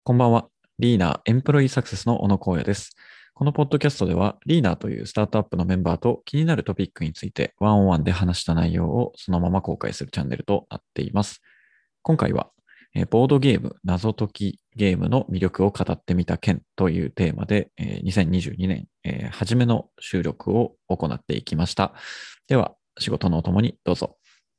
こんばんは。リーナーエンプロイーサクセスの小野光也です。このポッドキャストでは、リーナーというスタートアップのメンバーと気になるトピックについてワンオンワンで話した内容をそのまま公開するチャンネルとなっています。今回は、ボードゲーム謎解きゲームの魅力を語ってみた件というテーマで、2022年、初めの収録を行っていきました。では、仕事のお供にどうぞ。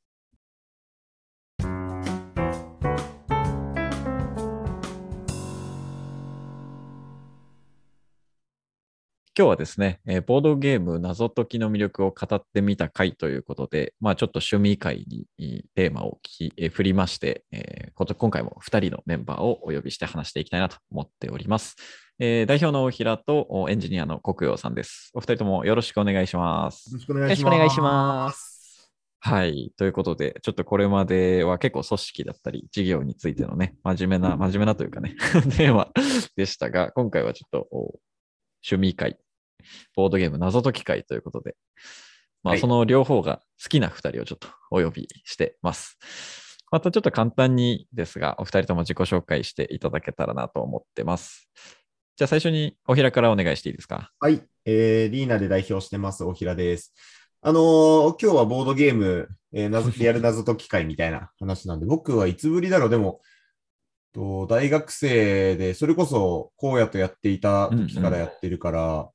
今日はですね、ボードゲーム謎解きの魅力を語ってみた回ということで、ちょっと趣味会にテーマを振りまして、今回も2人のメンバーをお呼びして話していきたいなと思っております。代表の大平とエンジニアの国陽さんです。お二人ともよろしくお願いしまよろす。 よろしくお願いししくお願いします。 ます。 はい。ということで、ちょっとこれまでは結構組織だったり、事業についてのね、真面目なというかね、テーマでしたが、今回はちょっと趣味会、ボードゲーム謎解き会ということで、そはい。 の両方が好きな2人をちょっとお呼びしてます。またちょっと簡単にですが、お二人とも自己紹介していただけたらなと思ってます。じゃあ最初にお平からお願いしていいですか？ はい。リーナで代表してます、大平です。今日はボードゲーム、リアル謎解き会みたいな話なんで、僕はいつぶりだろう。でも、大学生で、それこそ、荒野とやっていたうんう時からやん。 ってるから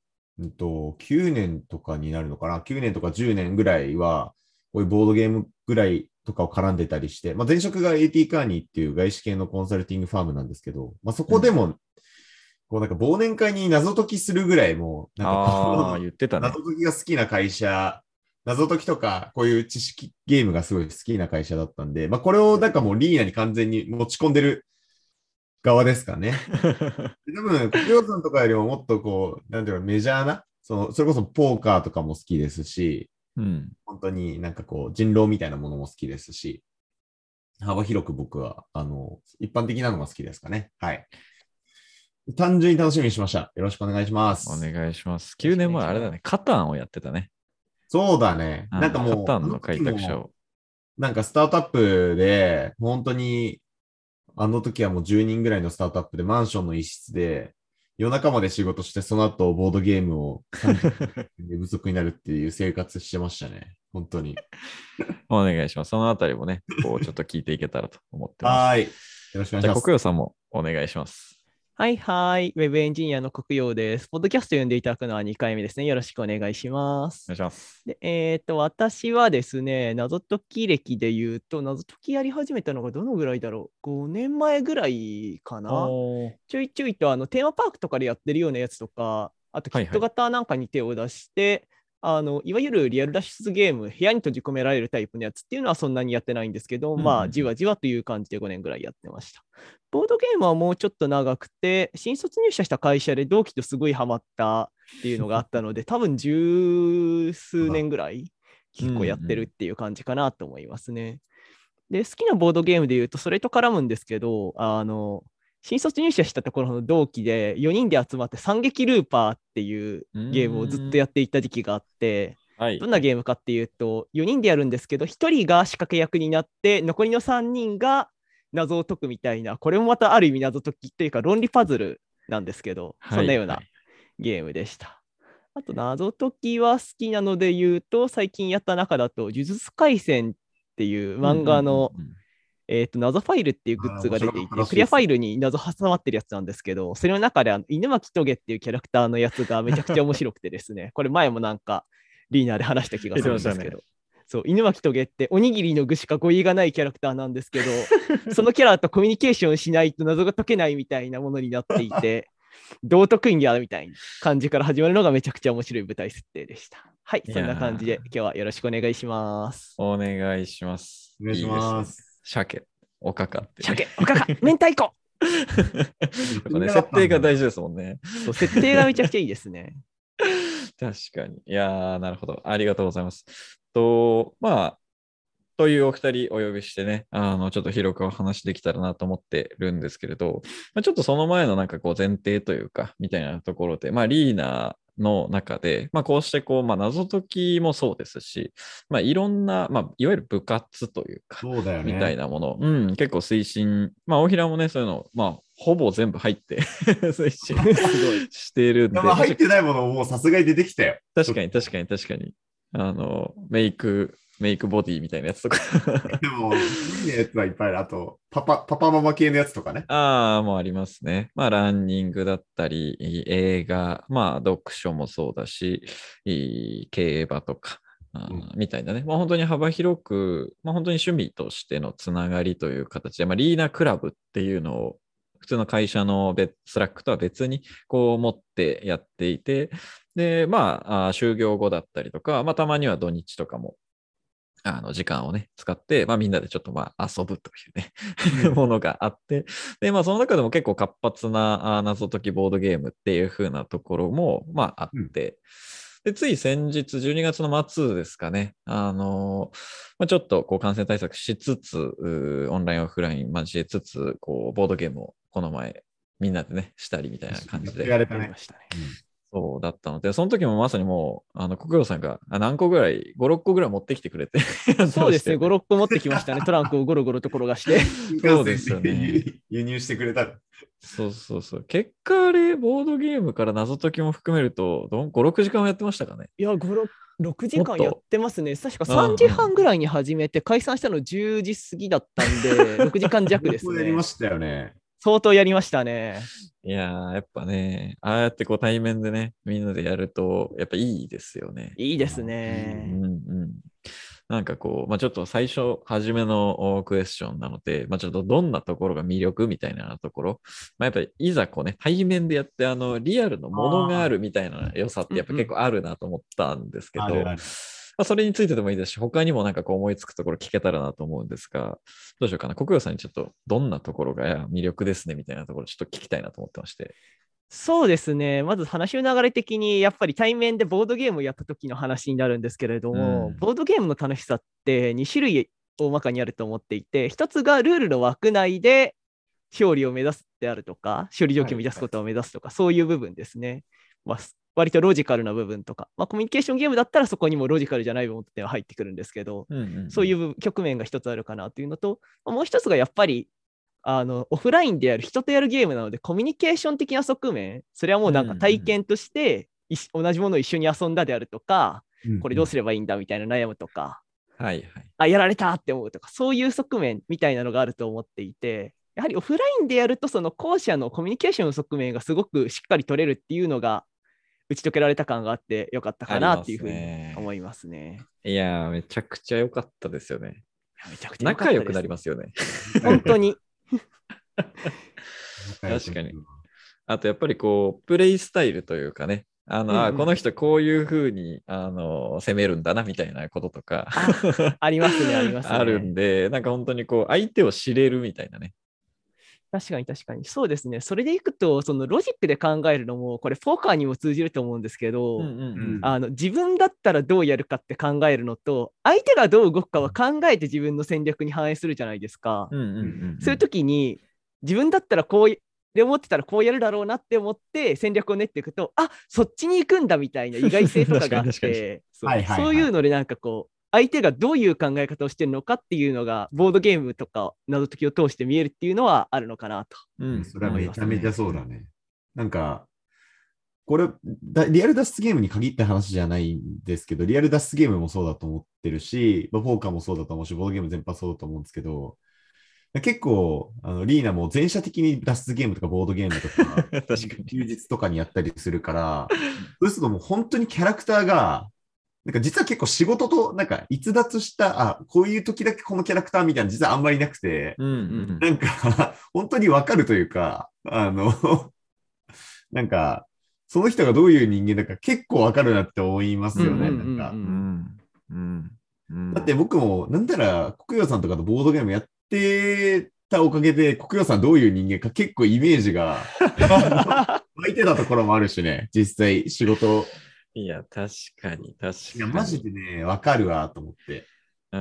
、9年とかになるのかな。9年とか10年ぐらいは、こういうボードゲームぐらいとかを絡んでたりして、前職が AT カーニーっていう外資系のコンサルティングファームなんですけど、そうん。 こでもこうなんか忘年会に謎解きするぐらいもう、なんかこああ、 う、 言ってたね。 謎解きが好きな会社、謎解きとか、こういう知識ゲームがすごい好きな会社だったんで、これをなんかもうリーナに完全に持ち込んでる側ですかね。で多分、国領さんとかよりももっとこう、なんていうかメジャーな、それこそポーカーとかも好きですし、 うん。 本当になんかこう、人狼みたいなものも好きですし、幅広く僕は、一般的なのが好きですかね。はい。単純に楽しみにしました。よろしくお願いしまおす。 願いします。9 よろしくお願い年前あれだね、 します。 カタンをやってたね。 そうだね。なんかカもう、あのタンの開時も、 拓者を。 なんかスタートアップで、本当に、あの時はもう10人ぐらいのスタートアップで、マンションの一室で、夜中まで仕事して、その後ボードゲームを30分寝不足になるっていう生活してましたね。本当に。 お願いします。そのあたりもね、こうちょっと聞いていけたらと思ってます。 はーい。よろしくお願いじゃあ、国します。 陽さんもお願いします。 はいはい。ウェブエンジニアの国陽です。ポッドキャスト読んでいただくのは2回目ですね。よろしくお願いします。 お願いします。 で、私はですね、謎解き歴で言うと、謎解きやり始めたのがどのぐらいだろう。5年前ぐらいかな。 おー、 ちょいちょいとテーマパークとかでやってるようなやつとか、あとキットはいはい。 型なんかに手を出して、いわゆるリアル脱出ゲーム、部屋に閉じ込められるタイプのやつっていうのはそんなにやってないんですけど、 うんうんうん。 じわじわという感じで5年ぐらいやってました。ボードゲームはもうちょっと長くて、新卒入社した会社で同期とすごいハマったっていうのがあったので、多分十数あ、 年ぐらいうん結構やってるっうん。 ていう感じかなと思いますね。で、好きなボードゲームで言うと、それと絡むんですけど、新卒入社したところの同期で4人で集まって惨劇ルーパーっていううゲームをずっーん。 とやっていた時期があって、どんなはいはい。 ゲームかっていうと、4人でやるんですけど、1人が仕掛け役になって、残りの3人が謎を解くみたいな、これもまたある意味謎解きというか論理パズルなんですけど、そんなようなはいはい。 ゲームでした。あと、謎解きは好きなので言うと、最近やった中だと、呪術廻戦っていう漫うんうんうん画の、 うん。 謎ファイルっていうグッズ面白かっが出ていて、クリアファイたらしいです。 ルに謎挟まってるやつなんですけど、それの中で犬巻棘っていうキャラクターのやつがめちゃくちゃ面白くてですね、これ前もなんかリーナーで話した気が言っすてましたね。 るんですけど、そう、犬巻棘っておにぎりの具しか語彙がないキャラクターなんですけど、そのキャラとコミュニケーションしないと謎が解けないみたいなものになっていて、どう解くんやみたいな感じから始まるのがめちゃくちゃ面白い舞台設定でした。はい、 いそんな感じやで今日はよろしくお願いします。 お願いします。 お願いしいいですね。 ます。 鮭、おかかってね。 鮭、おかか、明太子言っここね、 てみたか設ったんだよな。 定が大事ですもんね。 そう、設定がめちゃくちゃいいですね。 確かに。いやー、なるほど。ありがとうございます。というお二人お呼びしてね、ちょっと広くお話できたらなと思ってるんですけれど、ちょっとその前のなんかこう前提というか、みたいなところで、リーナの中で、まあ、こうしてこう、まあ、謎解きもそうですし、まあ、いろんな、まあ、いわゆる部活というか、 そうだよね。 みたいなもの、結構推進、まあ、大平もね、そういうの、まあ、ほぼ全部入って推進すごい。 してるんで、 まあ入ってないものもさすがに出てきたよ。 確かに。メイクボディみたいなやつとかでも、無理なやつはいっぱいある。あと、パパママ系のやつとかね。 ああ、もうありますね。まあ、ランニングだったり、映画、まあ、読書もそうだし、競馬とか、みたいなね。まあ、本当に幅広く、まあ、本当に趣味としてのつながりという形で、まあ、リーナクラブっていうのを、普通の会社のスラックとは別にこう持ってやっていて、で、まあ、就業後だったりとか、まあ、たまには土日とかも時間をね、使って、まあみんなでちょっとまあ遊ぶというねものがあって、で、まあその中でも結構活発な謎解きボードゲームっていう風なところも、まああって、で、つい先日、12月の末ですかね、まあ、ちょっとこう感染対策しつつ、オンライン、オフライン交えつつ、こう、ボードゲームをこの前、みんなでね、したりみたいな感じで。 やれたねやりま。したね。 そうだったので、その時もまさにもう、国領さんが何個ぐらい、5、6個ぐらい持ってきてくれてそうですね、5、 やってましたよね。 6個持ってきましたね。トランクをゴロゴロと転がして。 そうですよね。 輸入してくれた。 そうそうそう。結果あれ、ボードゲームから謎解きも含めると、5、6時間はやってましたかね。 いや、5、6時もっと間やってますね。確かうんうん 3時半ぐらいに始めて、解散したの10時過ぎだったんで、6時間弱ですねやりま。したよね。 相当やりましたね。 いやー、やっぱね、ああやってこう対面でね、みんなでやると、やっぱいいですよね。 いいですうね。 んうん。なんかこう、まあちょっと最初、初めのクエスチョンなので、まあちょっとどんなところが魅力みたいなところ、まあやっぱりいざこうね、対面でやって、リアルのものがあるみたいな良さってやっぱ結構あるなと思ったんですけど、 あるある。 まあそれについてでもいいですし、他にもなんかこう思いつくところ聞けたらなと思うんですが、どうしようかな。国領さんにちょっとどんなところが魅力ですねみたいなところちょっと聞きたいなと思ってまして。 そうですね。まず話の流れ的に、やっぱり対面でボードゲームをやった時の話になるんですけれども、 うんボードゲームの楽しさって2種類大まかにあると思っていて、一つがルールの枠内で勝利を目指すであるとか、勝利条件を満たすことを目指すとか、そういう部分ですね。まあ、割とロジカルな部分とか、まあ、コミュニケーションゲームだったらそこにもロジカルじゃない部分っては入ってくるんですけど、そういう局面が一つあるかなというのと、もう一つがやっぱりオフラインでやる人とやるゲームなのでコミュニケーション的な側面、それはもうなんか体験として同じものを一緒に遊んだであるとか、これどうすればいいんだみたいな悩むとか、 はいはい。 あ、やられたって思うとか、そういう側面みたいなのがあると思っていて、やはりオフラインでやるとその後者のコミュニケーションの側面がすごくしっかり取れるっていうのが打ち解けられた感があってよかったかなっていうふうに思いますね。 いやー、めちゃくちゃ良かったですよね。 めちゃくちゃ良かったです。 仲良くなりますよね。 本当に。 確かに。あとやっぱりこう、プレイスタイルというかね、この人こういうふうに、攻めるんだなみたいなこととかありますね、ありますね。 あるんで、なんか本当にこう、相手を知れるみたいなね。 確かに確かに。そうですね。それでいくと、そのロジックで考えるのも、これ、ポーカーにも通じると思うんですけど、自分だったらどうやるかって考えるのと、相手がどう動くかは考えて自分の戦略に反映するじゃないですか。そういう時に、自分だったらこうで思ってたらこうやるだろうなって思って戦略を練っていくと、あ、そっちに行くんだみたいな意外性とかがあってそういうのでなんかこう相手がどういう考え方をしてるのかっていうのがボードゲームとか謎解きを通して見えるっていうのはあるのかなと、 それはめちゃめちゃそうだね。なんかこれリアル脱出ゲームに限った話じゃないんですけど、リアル脱出ゲームもそうだと思ってるし、ポーカーもそうだと思うし、ボードゲーム全般そうだと思うんですけど、結構、リーナも全社的に脱出ゲームとかボードゲームとか、 確かに休日とかにやったりするから、そうするともう本当にキャラクターが、なんか実は結構仕事となんか逸脱した、こういう時だけこのキャラクターみたいな実はあんまりなくて、なんか本当にわかるというか、なんか、その人がどういう人間だか結構わかるなって思いますよね。だって僕も、なんなら国領さんとかとボードゲームやってたおかげで、国領さんどういう人間か結構イメージが湧いてたところもあるしね、実際仕事。 いや、確かに。 いや、マジでね、わかるわと思って。 うん、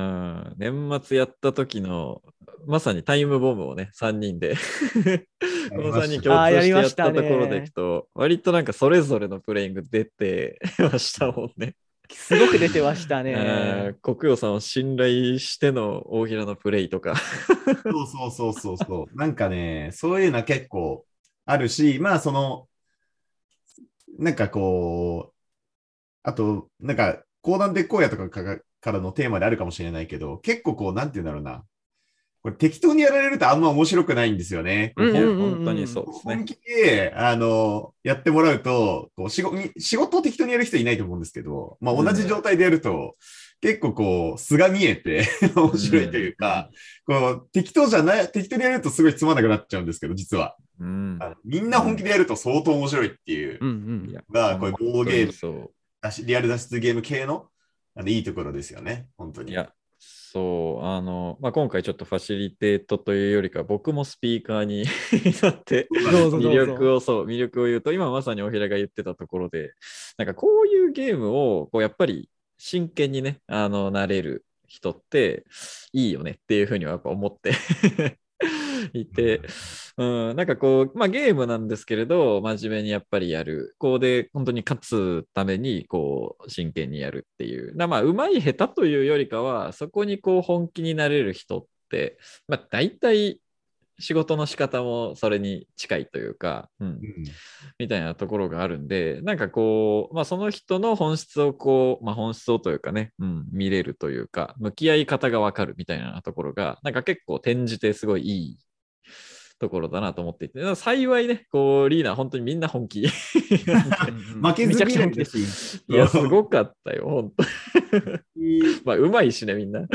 年末やった時の、まさにタイムボムをね、3人でこの3人共あー、や通してやっりましたたところでいくね。 と、割となんかそれぞれのプレイング出てましたもんね。 すごく出てましたね。 国王さんを信頼しての大平のプレイとか。 そうそうそうそうそう。なんかね、そういうのは結構あるし、まあその、なんかこう、あと、なんか、講談で荒野とかからのテーマであるかもしれないけど、結構こう、なんて言うんだろうな。これ適当にやられるとあんま面白くないんですよね。こういや、 うんうんうん本当にうん。 そうですね。 本気で、やってもらうと、こう仕事を適当にやる人いないと思うんですけど、まあ同じ状態でやると、結構こう、素が見えて面白いというか、こう、適当にやるとすごいつまんなくなっちゃうんですけど、実は。 うん。 みんな本気でやると相当面白いっていううんうんいや、 のが、こういう本当ボードゲーム、 にそリアル脱出ゲーム系の、いいところですよね、本当う。いに。 や、そう、今回ちょっとファシリテートというよりか、僕もスピーカーになってそうだね。 どうぞどうぞ。 魅力を言うと、今まさにおひらが言ってたところで、なんかこういうゲームを、こうやっぱり真剣にね、なれる人っていいよねっていうふうにはやっぱ思っていて、なんかこう、まあゲームなんですけれど、真面目にやっぱりやる。こうで、本当に勝つために、こう、真剣にやるっていう。まあ、うまい下手というよりかは、そこにこう、本気になれる人って、まあ、大体、仕事の仕方もそれに近いというか、 うん。 みたいなところがあるんで、なんかこう、まあその人の本質をこう、まあ本質をというかね、見れるというか、向き合い方がわかるみたいなところが、なんか結構転じてすごいいいところだなと思っていて、幸いね、こう、リーナー本当にみんな本気なんで、 負けめちゃくず嫌いだちゃ本気です。 し、 いや、すごかったよ、本当。 いまあ、うまいしね、みんな。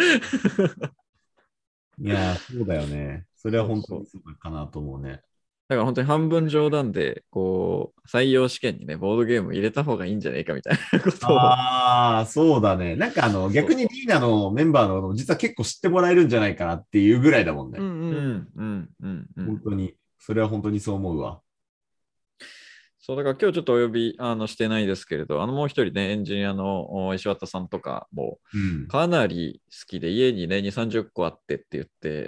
やー、そうだよね。それは本当そうそう。 にそうかなと思うね。 だから本当に半分冗談で、こう、採用試験にね、ボードゲーム入れた方がいいんじゃないかみたいなことを。 ああ、そうだね。なんか逆にそうそリーナのメンバーの実は結構知ってもらえるんじゃないかなっていうぐらいだもんね。 うんうう。 ん。 本当に。それは本当にそう思うわ。 そう、だから今日ちょっとお呼びしてないですけれど、もう一人ね、エンジニアの石渡さんとかもうん。 かなり好きで、家にね、2、30個あってって言って、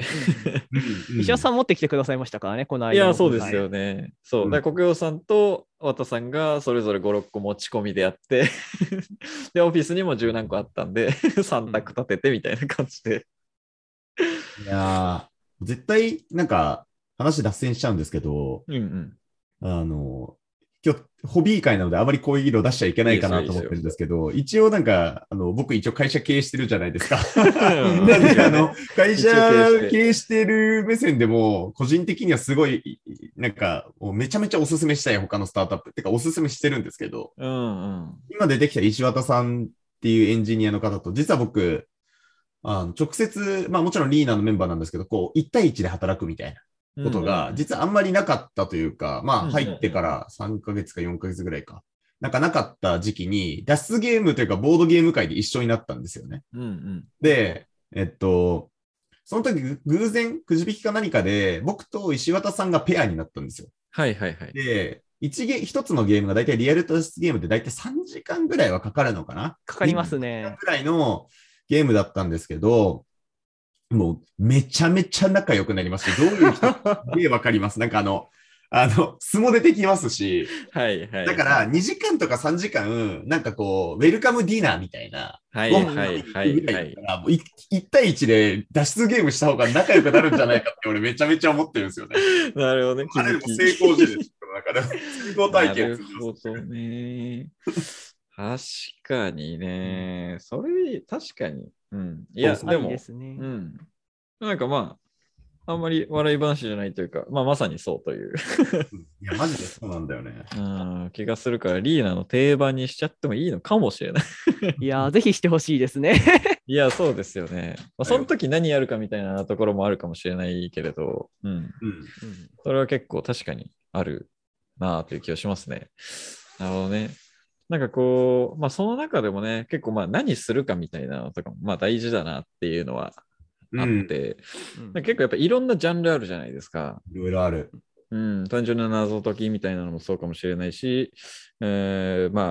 うん。 石田さん持ってきてくださいましたからね、このいや、 間のそうですオフ会。 よね。そう。 うん。 だから国用さんと渡さんがそれぞれ5、6個持ち込みでやってで、オフィスにも10何個あったんで3択立ててみたいな感じで。 いやー、絶対、なんか、話脱線しちゃうんですけど、 うんうん。 あの、今日、ホビー会なので、あまりこういう色出しちゃいけないかいいですよ、いいですよ。 なと思ってるんですけど、一応なんか、僕一応会社経営してるじゃないですか。なんで、 一応ね、 会社一応経営して。 経営してる目線でも、個人的にはすごい、なんか、もうめちゃめちゃおすすめしたい他のスタートアップ。ってか、おすすめしてるんですけど、 うんうん。 今出てきた石渡さんっていうエンジニアの方と、実は僕、直接、まあもちろんリーナーのメンバーなんですけど、こう、1対1で働くみたいなうんことが、 うん実はあんまりなかったというか、まうん。うんあ入ってかうんら3ヶ月か4ヶ月ぐらいか。なんかなかった時期に、脱出ゲームというかボードゲーム会で一緒になったんですよね。 うん。うんうん。 で、その時偶然くじ引きか何かで、僕と石渡さんがペアになったんですよ。 はいはいはい。 で、一つのゲームがだいたいリアル脱出ゲームでだいたい3時間ぐらいはかかるのかな。 かかります 2時間ね。 ぐらいのゲームだったんですけど、もうめちゃめちゃ仲良くなりますし、どういう人でわかります。なんか相撲出てきますし、 はいはいだからはい。 2時間とか3時間、なんかこう、ウェルカムディナーみたいな、 うんはいはうん。 いはご飯食べに行くいはい。 ぐらいだから、もう1対1で脱出ゲームした方が仲良くなるんじゃないかって俺めちゃめちゃ思ってるんですよね。 なるほどね、気あれでもづき。 成功事です。だから、成功体なる験するんほどね。確かにうんね。それ、確かに。うん。いや、 そうそう。 ありででも、 すね。 うん。なんかまあ、あんまり笑い話じゃないというか、まあまさにそうといういや、マジでそうなんだよね。 気がするから、リーナの定番にしちゃってもいいのかもしれない。 いやー、ぜひしてほしいですね。 いや、そうですよね。まあ、その時何やるかみたいなところもあるかもしれないけれど、うん。 うん。 それは結構確かにあるなあという気がしますね。なるほどね。なんかこう、まあその中でもね、結構まあ何するかみたいなのとかもまあ大事だなっていうのはあっうん。 て、 うん結構やっぱいろんなジャンルあるじゃないですか。 いろいろある。 うん、単純な謎解きみたいなのもそうかもしれないし、まあ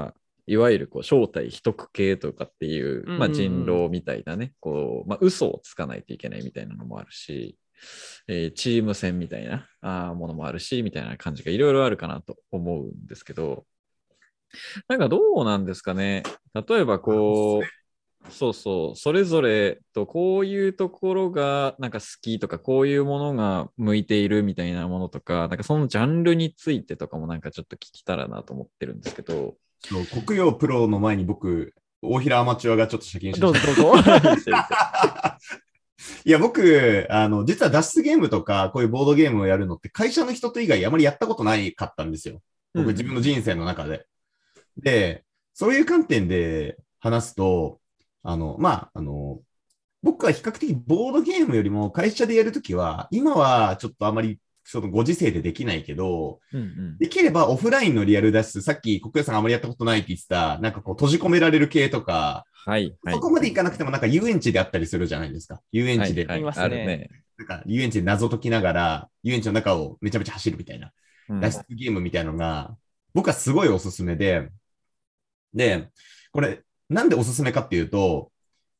いわゆるこう正体秘匿系とかっていう、まあ、人狼みたいなね、こう、まあ、嘘をつかないといけないみたいなのもあるし、チーム戦みたいなものもあるし、みたいな感じがいろいろあるかなと思うんですけど、なんかどうなんですかね。例えばこう、そうそう、それぞれとこういうところがなんか好きとか、こういうものが向いているみたいなものとか、なんかそのジャンルについてとかもなんかちょっと聞けたらなと思ってるんですけど。 そう国用プロの前に僕、大平アマチュアがちょっと先にしどうました。 ぞどうぞ。 いや、僕、実は脱出ゲームとか、こういうボードゲームをやるのって、会社の人と以外あまりやったことないかったんですよ。僕、自分の人生の中で。で、そういう観点で話すと、僕は比較的ボードゲームよりも会社でやるときは、今はちょっとあまりそのご時世でできないけど、できればオフラインのリアル脱出、さっき国谷さんあまりやったことないって言ってた、なんかこう閉じ込められる系とか、 はいはい、 そこまでいかなくてもなんか遊園地であったりするじゃないですか。遊園地で、 はいはいあるね。 なんか遊園地で謎解きながら、遊園地の中をめちゃめちゃ走るみたいな、脱出ゲームみたいなのが、僕はすごいおすすめで、これ、なんでおすすめかっていうと、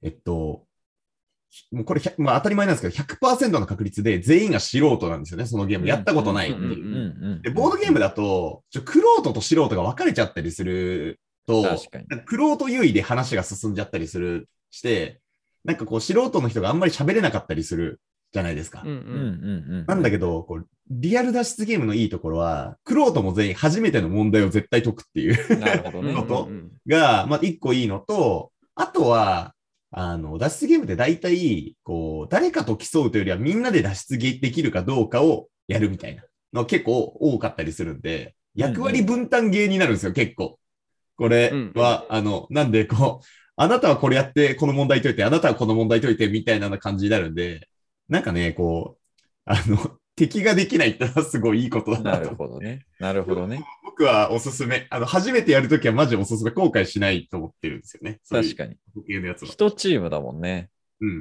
もうこれ、まあ、当たり前なんですけど、100% の確率で全員が素人なんですよね、そのゲーム。やったことないっていう。で、ボードゲームだと、玄人と素人が分かれちゃったりすると、玄人優位で話が進んじゃったりして、なんかこう、素人の人があんまり喋れなかったりするじゃないですか。なんだけど、こうリアル脱出ゲームのいいところは、玄人も全員初めての問題を絶対解くっていうことが、まあ、一個いいのと、あとは、脱出ゲームって大体、こう、誰かと競うというよりはみんなで脱出できるかどうかをやるみたいなの結構多かったりするんで、役割分担ゲーになるんですよ、結構。これは、なんでこう、あなたはこれやって、この問題解いて、あなたはこの問題解いて、みたいな感じになるんで、なんかね、こう、敵ができないってのはすごいいいことだなと。 なるほどね。なるほどね。 僕はおすすめ。初めてやるときはマジおすすめ。後悔しないと思ってるんですよね。 確かに。一チームだもんね。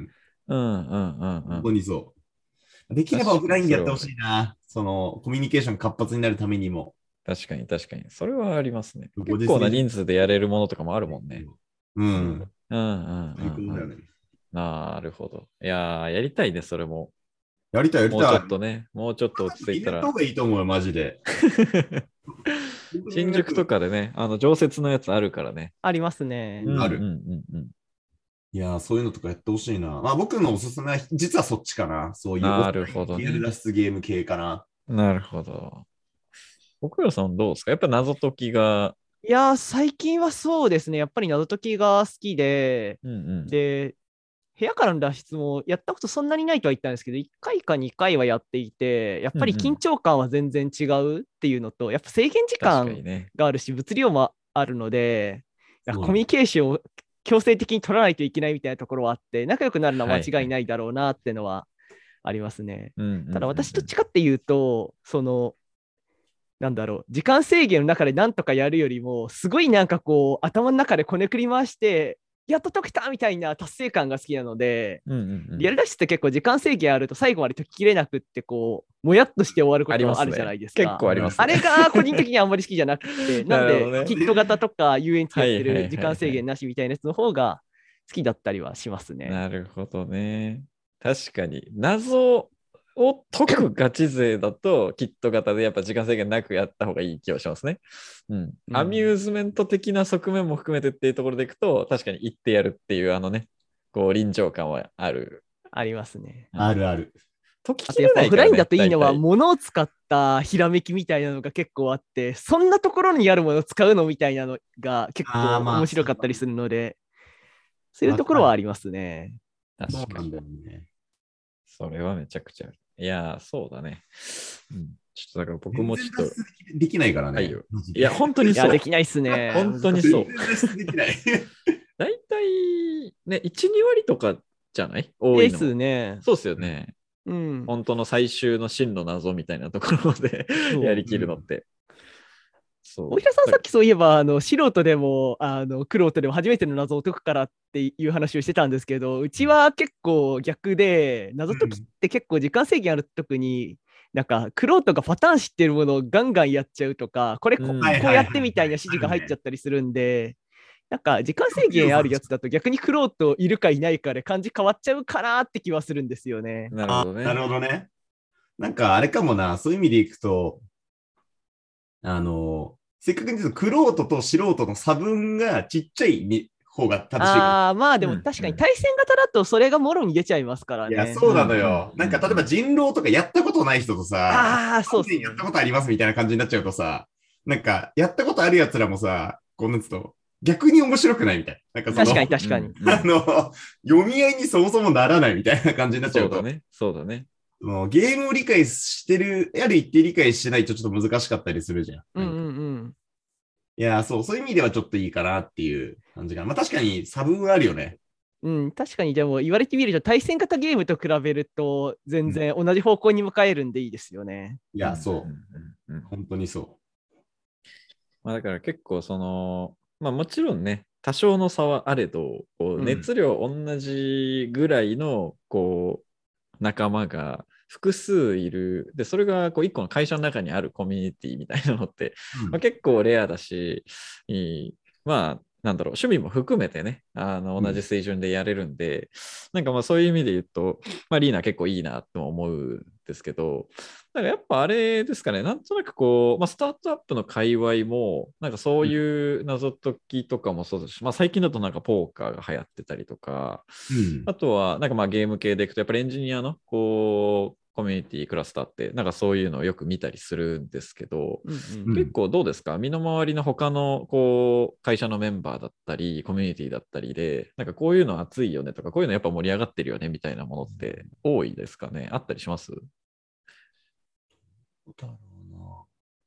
本当にそう。できればオフラインでやってほしいな。その、コミュニケーション活発になるためにも。 確かに確かに。それはありますね。結構な人数でやれるものとかもあるもんね。なるほど。いやー、やりたいね、それも。 やりたい。 もうちょっとね、もうちょっと落ち着いたら。 やった方がいいと思うよ、マジで。 新宿とかでね、常設のやつあるからね。 ありますね。 ある。いやー、そういうのとかやってほしいな。まあ、僕のおすすめは、実はそっちかな。そういう、 なるほどね。 リアル脱出ゲーム系かな。 なるほど。奥谷さんどうですか？やっぱ謎解きが。 いやー、最近はそうですね。やっぱり謎解きが好きで、で、部屋からの脱出もやったことそんなにないとは言ったんですけど、1回か2回はやっていて、やっぱり緊張感は全然違うっていうのと、やっぱ制限時間があるし、物量もあるので、コミュニケーションを強制的に取らないといけないみたいなところはあって、仲良くなるのは間違いないだろうなってのはありますね。ただ私どっちかっていうと、なんだろう、時間制限の中でなんとかやるよりも、すごいなんかこう、頭の中でこねくり回して、やっと解けたみたいな達成感が好きなので、リアル脱出って結構時間制限あると最後まで解ききれなくって、こう、もやっとして終わることもあるじゃないですか。 結構ありますね。 あれが個人的にはあんまり好きじゃなくて、なんで、キット型とか遊園地やってる時間制限なしみたいなやつの方が好きだったりはしますね。 なるほどね。確かに。謎を解くガチ勢だと、キット型でやっぱ時間制限なくやった方がいい気がしますね。アミューズメント的な側面も含めてっていうところでいくと、確かに行ってやるっていうこう臨場感はある。 ありますね。 あるある。 解ききれないからね。オフラインだといいのは、物を使ったひらめきみたいなのが結構あって、そんなところにあるものを使うのみたいなのが結構面白かったりするので、そういうところはありますね。 確かに。それはめちゃくちゃある。いやー、そうだね。ちょっとだから僕もちょっと。 できないからね。 いや、本当にそう。 いや、できないっすね。 本当にそう。 できない。 大体、ね、1、2割とかじゃない多いの。 ですね。 そうっすよね。本当の最終の真の謎みたいなところまでやりきるのって。 大平さん、さっきそういえば素人でも玄人でも初めての謎を解くからっていう話をしてたんですけど、うちは結構逆で、謎解きって結構時間制限ある時に、なんか玄人がパターン知ってるものをガンガンやっちゃうとか、こうやってみたいな指示が入っちゃったりするんで、 なんか時間制限あるやつだと逆にクロートいるかいないかで感じ変わっちゃうかなって気はするんですよね。 なるほどね。 なるほどね。なんかあれかもな、そういう意味でいくと、せっかくに言うと、クロートと素人の差分がちっちゃい方が正しいかも。 ああ、まあでもうん確かに対戦型だとそれがもろに出ちゃいますからいや、 ね。 そうなのよ。 うんなんか、例えば人狼とかやったことない人とさ、 ああ、そうっすねやったことありますみたいな感じになっちゃうとさ、なんか、やったことあるやつらもさ、こんなやつと、逆に面白くないみたいな。なんかその、 確かに確かに。 読み合いにそもそもならないみたいな感じになっちゃと、 そううだね。そうだね。 もうゲームを理解してる、ある一定理解してないとちょっと難しかったりするじゃん。 うんうんうん。 いや、そういう意味ではちょっといいかなっていう感じが。まあ確かに差分はあるよね。 うん、確かにでも言われてみると対戦型ゲームと比べると全然同じ方向に向かえるんでいいですよね。 いや、そう。 うんうんうん。 本当にそまあ、だから結構まあもちろんね、多少の差はあれど、こううん熱量同じぐらいのこう仲間が複数いる。で、それがこう一個の会社の中にあるコミュニティみたいなのって、 う。うんまあ、結構レアだし、まあ、なんだろう、趣味も含めてね、同じ水準でやれるんで、なんかまあそういう意味で言うと、まあリーナ結構いいなと思うんですけど、なんかやっぱあれですかね、なんとなくこう、まあ、スタートアップの界隈も、なんかそういう謎解きとかもそうですし、まあ最近だとなんかポーカーが流行ってたりとか、 うんあとはなんかまあゲーム系でいくと、やっぱりエンジニアのこう、コミュニティクラスターって、なんかそういうのをよく見たりするんですけど、 うんうん結構どうですか身の回りの他のこう会社のメンバーだったり、コミュニティだったりで、なんかこういうの熱いよねとか、こういうのやっぱ盛り上がってるよねみたいなものって多いですかねあったりします？ だろうな。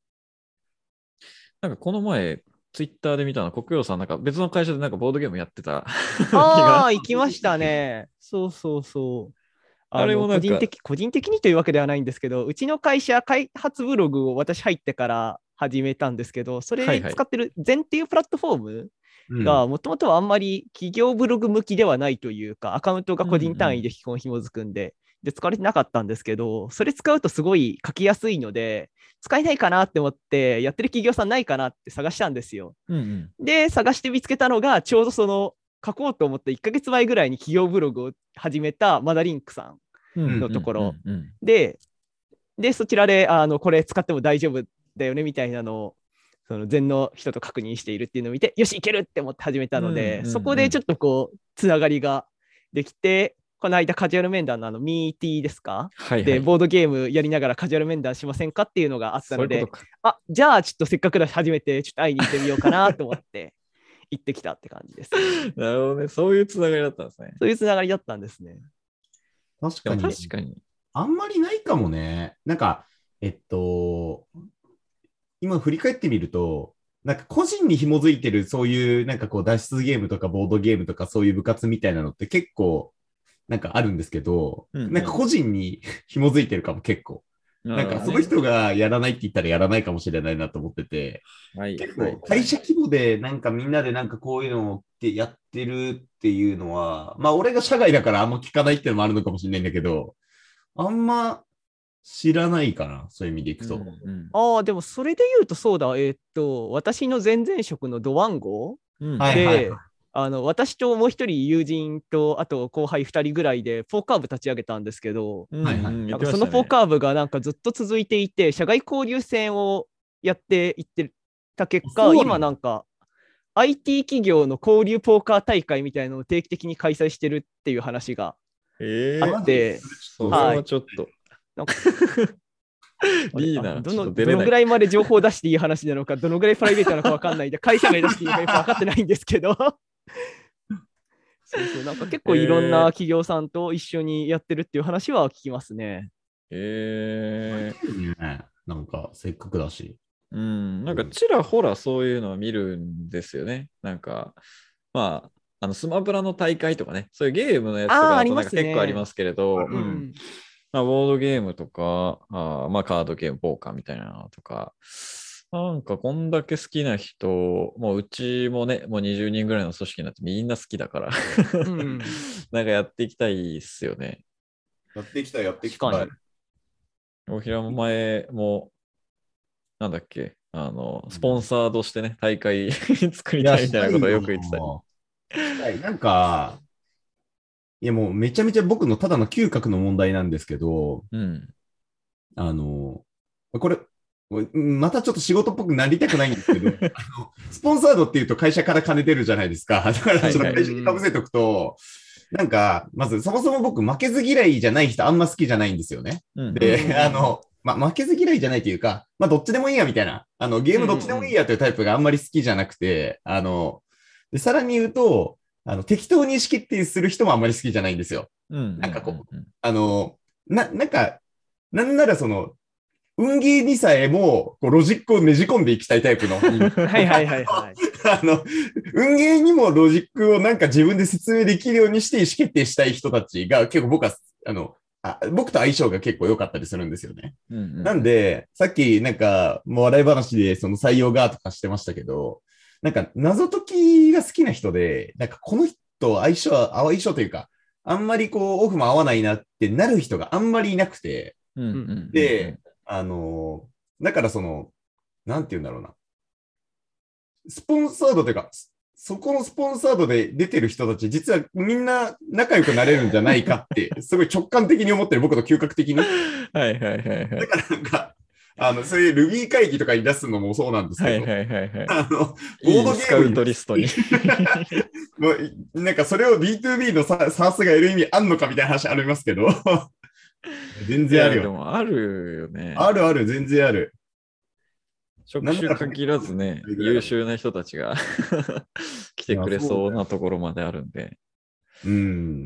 なんかこの前、ツイッターで見たのは、国陽さん、なんか別の会社でなんかボードゲームやってた気が。 ああ、行きましたね。そうそうそう。 あれもなんか、 個人的にというわけではないんですけど、うちの会社、開発ブログを私入ってから始めたんですけど、それはいはい。 使ってる禅っていうプラットフォームうんが、もともとはあんまり企業ブログ向きではないというか、アカウントが個人単位で基本紐づくんで、使われてなかったんですけど、それ使うとすごい書きやすいので、使えないかなって思って、やってる企業さんないかなって探したんですよ。 うんうんで、探して見つけたのが、ちょうど書こうと思って1ヶ月前ぐらいに企業ブログを始めたマダリンクさんうんのところうんうんで、そちらでこれ使っても大丈夫だよねみたいなのを、その前の人と確認しているっていうのを見て、よし、いけるって思って始めたので、 うんうんうんそこでちょっとこう、つながりができて、この間カジュアル面談のミーティーですか、で、 はいはい。 ボードゲームやりながらカジュアル面談しませんかっていうのがあったので、 そういうことか。 あ、じゃあちょっとせっかくだし始めて、ちょっと会いに行ってみようかなと思って行ってきたって感じですね。 なるほどね。そういうつながりだったんですね。 そういうつながりだったんですね。 でも確かに。 確かに。 あんまりないかもね。なんか、今振り返ってみると、なんか個人に紐づいてるそういうなんかこう脱出ゲームとかボードゲームとかそういう部活みたいなのって結構なんかあるんですけど、 うんうんなんか個人に紐づいてるかも結構。なんかその人がやらないって言ったらやらないかもしれないなと思ってて、 はい結はい構会社規模でなんかみんなでなんかこういうのをやってるっていうのは、まあ俺が社外だからあんま聞かないっていうのもあるのかもしれないんだけど、あんま知らないかな、そういう意味でいくと。 うんうんああ、でもそれで言うとそうだ、私の前々職のドワンゴうんはいはいで、 はい。 私ともう一人友人と、あと後輩2人ぐらいで、フォーカー部立ち上げたんですけど、 うんはいはいうんなんかそのフォーーカー部がなんかずっと続いていて、社外交流戦をやっていってた結果、 そうなんだ今なんか IT 企業の交流ポーカー大会みたいなのを定期的に開催してるっていう話があマジって、 それはいはちょっと。 なんかリーナ、ちょっと出どれない。 のぐらいまで情報を出していい話なのか、どのぐらいプライベートなのか分かんないんで、会社名出していいのかよく分かってないんですけど、そうそう、なんか結構いろんな企業さんと一緒にやってるっていう話は聞きますね。 ねなんかせっかくだし。 なんかちらほらそういうのを見るんですよね。なんか、まあ、スマブラの大会とかね、そういうゲームのやつとかだとなんか結構ありますけれど、 うんまあ、ボードゲームとか、まあ、カードゲーム、ポーカーみたいなのとか、なんかこんだけ好きな人、もううちもね、もう20人ぐらいの組織になってみんな好きだからうんなんかやっていきたいっすよね。 やってきた、やってきた。 確かに大平も前も、なんだっけ、 スポンサーとしてね、大会作りたいみたいなことをよく言ってたり。 はい、なんか、いやもうめちゃめちゃ僕のただの嗅覚の問題なんですけど、 うん。 これ、またちょっと仕事っぽくなりたくないんですけど、スポンサードっていうと会社から金出るじゃないですか。だからちょっと会社にかぶせておくと、なんか、まずそもそも僕負けず嫌いじゃない人あんま好きじゃないんですよね。で、負けず嫌いじゃないというか、どっちでもいいやみたいな、ゲームどっちでもいいやというタイプがあんまり好きじゃなくて、でさらに言うと、適当に意思決定する人もあんまり好きじゃないんですよ。なんかこう、なんか、なんならその、運ゲーにさえもこうロジックをねじ込んでいきたいタイプの。 はいはいはいはい。 運ゲーにもロジックをなんか自分で説明できるようにして意思決定したい人たちが結構僕と相性が結構良かったりするんですよね。なんで、さっきなんかもう笑い話でその採用がとかしてましたけど、なんか謎解きが好きな人で、なんかこの人相性というか、あんまりこうオフも合わないなってなる人があんまりいなくて、で、だからなんて言うんだろうな。スポンサードというか、そこのスポンサードで出てる人たち、実はみんな仲良くなれるんじゃないかって、すごい直感的に思ってる、僕の嗅覚的に。 はいはいはいはい。 だからなんか、そういうルビー会議とかに出すのもそうなんですけど、 はいはいはいはい。 ボードゲームにスカウトリストに。 もうなんかそれを B2B のサースがやる意味あんのかみたいな話ありますけど、全然あるよ。 でもあるよね。 あるある、全然ある。 職種限らずね、優秀な人たちが来てくれそうなところまであるんで。 うん。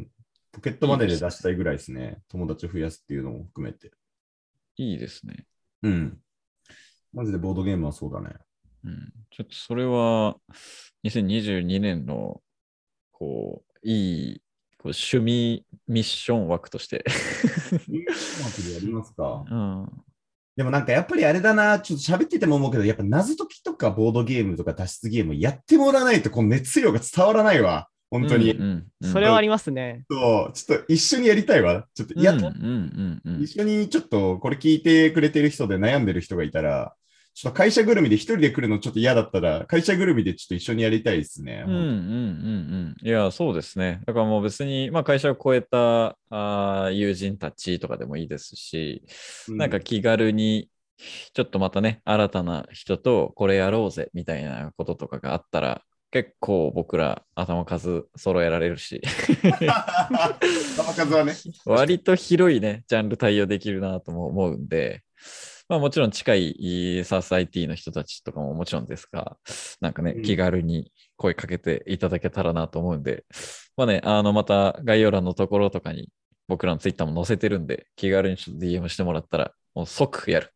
ポケットマネーで出したいぐらいですね。友達を増やすっていうのも含めて。 いいですね。 うん。マジでボードゲームはそうだね。 うん。ちょっとそれは、2022年の、こう、いい、趣味ミッション枠として。 ミッション枠でやりますか。 うん。 でもなんかやっぱりあれだな、ちょっと喋ってても思うけど、やっぱ謎解きとかボードゲームとか脱出ゲームやってもらわないとこの熱量が伝わらないわ。本当に。 それはありますね。 そう、ちょっと一緒にやりたいわ。ちょっと、一緒にちょっとこれ聞いてくれてる人で悩んでる人がいたら、ちょっと会社ぐるみで一人で来るのちょっと嫌だったら、会社ぐるみでちょっと一緒にやりたいですね。 いや、そうですね。だからもう別に、会社を超えた友人たちとかでもいいですし、なんか気軽に、ちょっとまたね、新たな人とこれやろうぜみたいなこととかがあったら、結構僕ら頭数揃えられるし頭数はね。 割と広いね、ジャンル対応できるなとも思うんで、もちろん近いサース IT の人たちとかももちろんですが、なんかね、気軽に声かけていただけたらなと思うんで、また概要欄のところとかに僕らのツイッターも載せてるんで、気軽にちょっと DM してもらったら、もう即やる。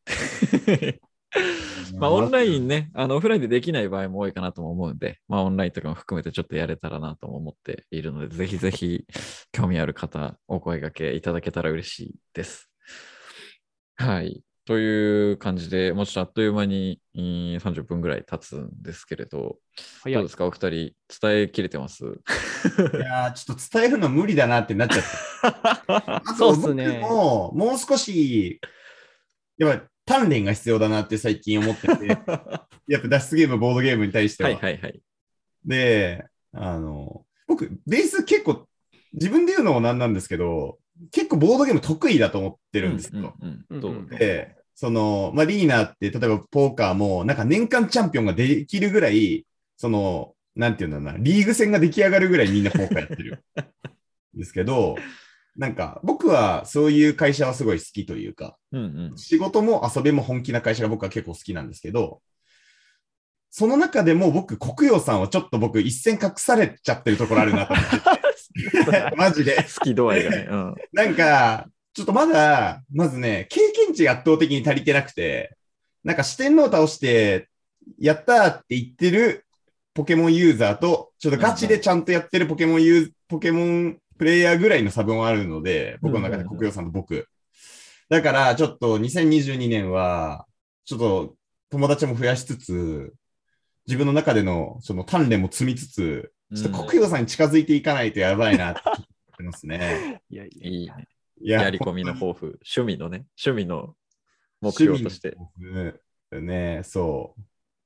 オンラインね、オフラインでできない場合も多いかなとも思うんで、オンラインとかも含めてちょっとやれたらなとも思っているので、ぜひぜひ興味ある方、お声掛けいただけたら嬉しいです。はい。という感じで、もうちょっとあっという間に30分ぐらい経つんですけれど、どうですか、お二人、伝えきれてます？いやちょっと伝えるの無理だなってなっちゃった。 そうっすね。 もう少し、やっぱ鍛錬が必要だなって最近思ってて、やっぱ脱出ゲーム、ボードゲームに対しては。で、僕、ベース結構、自分で言うのもなんなんですけど、結構ボードゲーム得意だと思ってるんですよ。で、リーナーって、例えばポーカーも、なんか年間チャンピオンができるぐらい、なんていうんだろうな、リーグ戦が出来上がるぐらいみんなポーカーやってる。ですけど、なんか僕はそういう会社はすごい好きというか、仕事も遊びも本気な会社が僕は結構好きなんですけど、その中でも僕、国陽さんはちょっと僕一線隠されちゃってるところあるなと思ってて。マジで。 好き度合いがね。 なんか、ちょっとまずね、経験値が圧倒的に足りてなくて、なんか四天王倒して、やったーって言ってるポケモンユーザーと、ちょっとガチでちゃんとやってるポケモンプレイヤーぐらいの差分はあるので、僕の中で国陽さんと僕。だから、ちょっと2022年は、ちょっと友達も増やしつつ、自分の中でのその鍛錬も積みつつ、ちょっと国陽さんに近づいていかないとやばいなって思ってますね。 いいね。やり込みの抱負、趣味の目標として。 ね、そ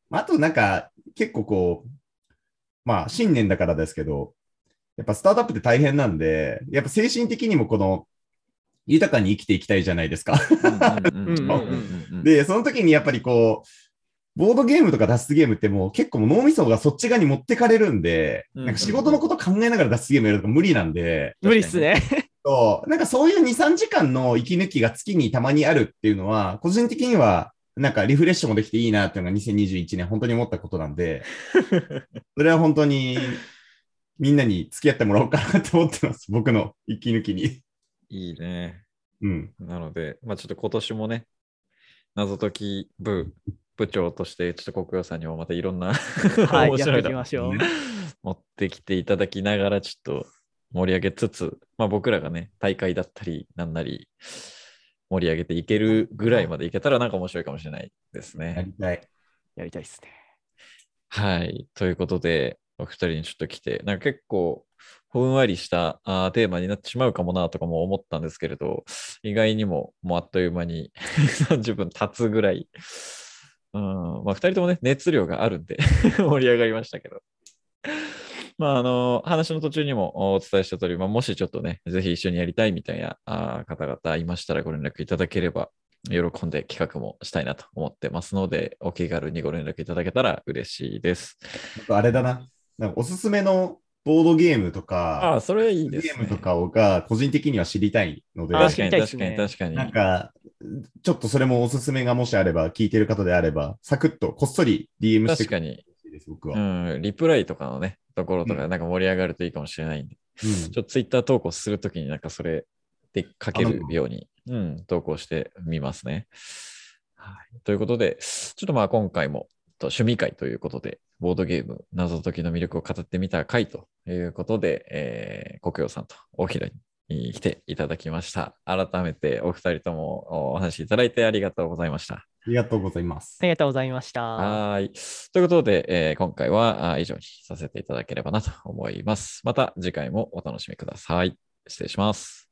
あとなんか、結構こう、まあ、新年だからですけど、やっぱスタートアップって大変なんで、やっぱ精神的にもこの、豊かに生きていきたいじゃないですか。で、その時にやっぱりこう、ボードゲームとか脱出ゲームってもう結構脳みそがそっち側に持ってかれるんで、なんか仕事のこと考えながら脱出ゲームやるとか無理なんで、 無理っすね。 なんかそういう2、3時間の息抜きが月にたまにあるっていうのは、個人的にはなんかリフレッシュもできていいなっていうのが2021年本当に思ったことなんで、それは本当にみんなに付き合ってもらおうかなと思ってます。僕の息抜きに。 いいね。 うん。 なので、まあちょっと今年もね、謎解き部長として、ちょっと国洋さんにもまたいろんなはい、やっていき面白いのましょう。 持ってきていただきながら、ちょっと盛り上げつつ、まあ僕らがね、大会だったり、なんなり、盛り上げていけるぐらいまでいけたらなんか面白いかもしれないですやね。 りたい。 やりたいっすね。 はい。ということで、お二人にちょっと来て、なんか結構、ふんわりしたテーマになってしまうかもなとかも思ったんですけれど、意外にももうあっという間に30分経つぐらい、まあ二人ともね、熱量があるんで盛り上がりましたけど。まあ、話の途中にもお伝えした通り、まあ、もしちょっとね、ぜひ一緒にやりたいみたいな方々いましたらご連絡いただければ、喜んで企画もしたいなと思ってますので、お気軽にご連絡いただけたら嬉しいです。 あとあれだな。なんかおすすめのボードゲームとか、 それいいですね。 ゲームとかが個人的には知りたいので、 確かに知りたいっす確かにね確かに。 なんか、ちょっとそれもおすすめがもしあれば、聞いてる方であれば、サクッとこっそり DM してくれ確かに。 てほしいです、僕は。 リプライとかのね、ところとかうん。 なんか盛り上がるといいかもしれないんで、 うん。 ちょっとツイッター投稿するときになんかそれで書けるように、投稿してみますね。はい。ということで、ちょっとまあ今回も趣味会ということで、ボードゲーム謎解きの魅力を語ってみた回ということで、国洋さんと大平に来ていただきました。改めてお二人ともお話しいただいてありがとうございました。 ありがとうございます。 ありがとうございました。 はい。ということで、今回は以上にさせていただければなと思います。また次回もお楽しみください。失礼します。